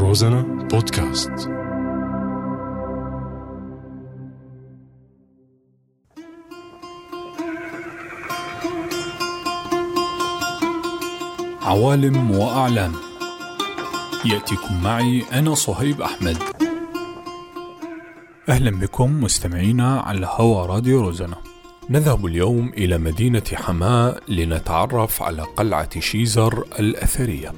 روزانا بودكاست. عوالم وأعلام، يأتيكم معي أنا صهيب أحمد. أهلا بكم مستمعينا على هوا راديو روزانا. نذهب اليوم إلى مدينة حماة لنتعرف على قلعة شيزر الأثرية.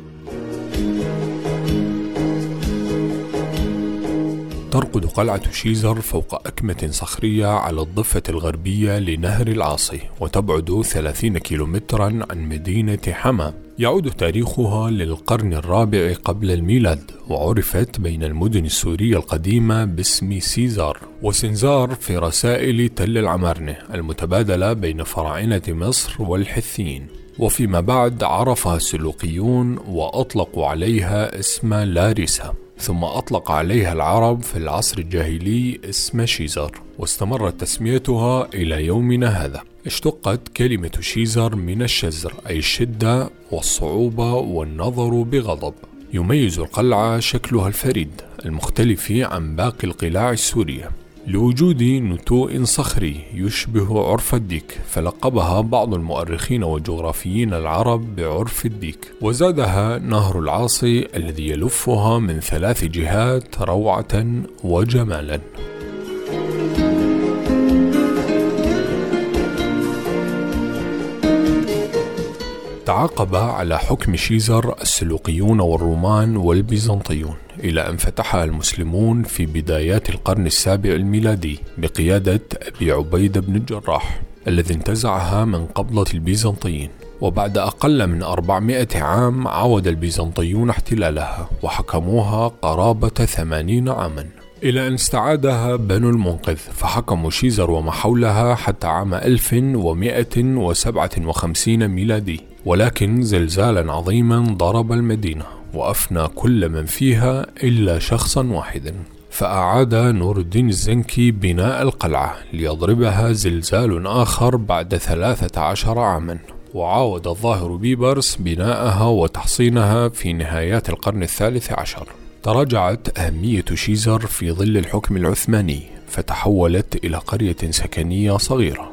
ترقد قلعة شيزر فوق أكمة صخرية على الضفة الغربية لنهر العاصي، وتبعد 30 كيلومترا عن مدينة حماة. يعود تاريخها للقرن الرابع قبل الميلاد، وعرفت بين المدن السورية القديمة باسم سيزار وسنزار في رسائل تل العمارنة المتبادلة بين فراعنة مصر والحثيين. وفيما بعد عرفها السلوقيون وأطلقوا عليها اسم لاريسا، ثم أطلق عليها العرب في العصر الجاهلي اسم شيزر، واستمرت تسميتها إلى يومنا هذا. اشتقت كلمة شيزر من الشزر أي الشدة والصعوبة والنظر بغضب. يميز القلعة شكلها الفريد المختلف عن باقي القلاع السورية لوجود نتوء صخري يشبه عرف الديك، فلقبها بعض المؤرخين والجغرافيين العرب بعرف الديك. وزادها نهر العاصي الذي يلفها من 3 جهات روعة وجمالا. تعاقب على حكم شيزر السلوقيون والرومان والبيزنطيون، إلى أن فتحها المسلمون في بدايات القرن السابع الميلادي بقيادة أبي عبيدة بن الجراح، الذي انتزعها من قبضة البيزنطيين. وبعد أقل من 400 عام عاود البيزنطيون احتلالها وحكموها قرابة 80 عاما، إلى أن استعادها بنو المنقذ فحكموا شيزر وما حولها حتى عام 1157 ميلادي. ولكن زلزالا عظيما ضرب المدينة وأفنى كل من فيها إلا شخصا واحدا، فأعاد نور الدين الزنكي بناء القلعة ليضربها زلزال آخر بعد 13 عاما. وعاود الظاهر بيبرس بناءها وتحصينها في نهايات القرن الثالث عشر. تراجعت أهمية شيزر في ظل الحكم العثماني، فتحولت إلى قرية سكنية صغيرة.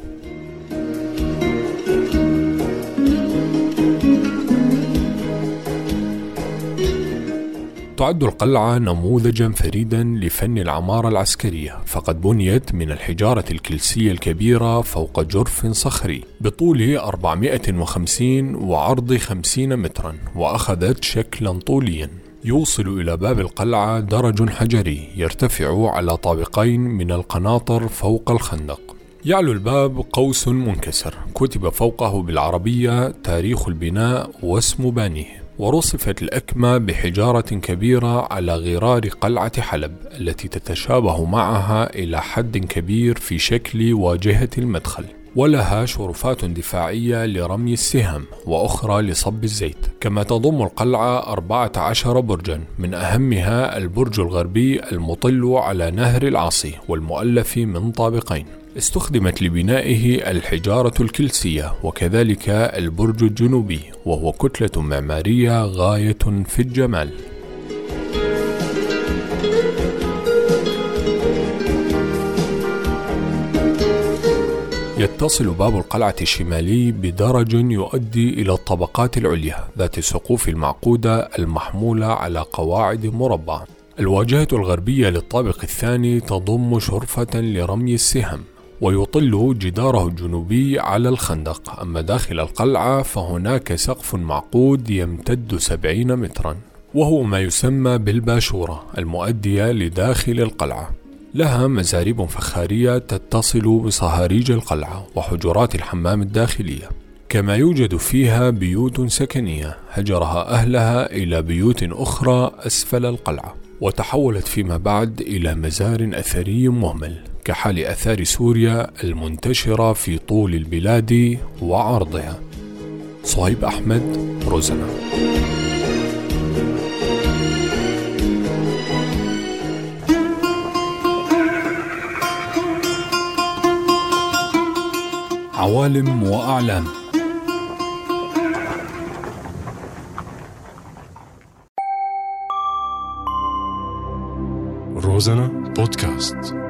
تعد القلعة نموذجا فريدا لفن العمارة العسكرية، فقد بنيت من الحجارة الكلسية الكبيرة فوق جرف صخري بطول 450 وعرض 50 مترا، وأخذت شكلا طوليا. يوصل إلى باب القلعة درج حجري يرتفع على طابقين من القناطر فوق الخندق. يعلو الباب قوس منكسر كتب فوقه بالعربية تاريخ البناء واسم بانيه. ورصفت الأكمة بحجارة كبيرة على غرار قلعة حلب التي تتشابه معها إلى حد كبير في شكل واجهة المدخل. ولها شرفات دفاعية لرمي السهام وأخرى لصب الزيت. كما تضم القلعة 14 برجا، من أهمها البرج الغربي المطل على نهر العاصي والمؤلف من طابقين، استخدمت لبنائه الحجارة الكلسية، وكذلك البرج الجنوبي وهو كتلة معمارية غاية في الجمال. يتصل باب القلعة الشمالي بدرج يؤدي إلى الطبقات العليا ذات السقوف المعقودة المحمولة على قواعد مربعة. الواجهة الغربية للطابق الثاني تضم شرفة لرمي السهم، ويطل جداره الجنوبي على الخندق. أما داخل القلعة فهناك سقف معقود يمتد 70 مترا، وهو ما يسمى بالباشورة المؤدية لداخل القلعة. لها مزاريب فخارية تتصل بصهاريج القلعة وحجرات الحمام الداخلية، كما يوجد فيها بيوت سكنية هجرها أهلها إلى بيوت أخرى أسفل القلعة، وتحولت فيما بعد إلى مزار أثري مهمل كحال أثار سوريا المنتشرة في طول البلاد وعرضها. صهيب أحمد، روزانا. عوالم وأعلام. روزانا بودكاست.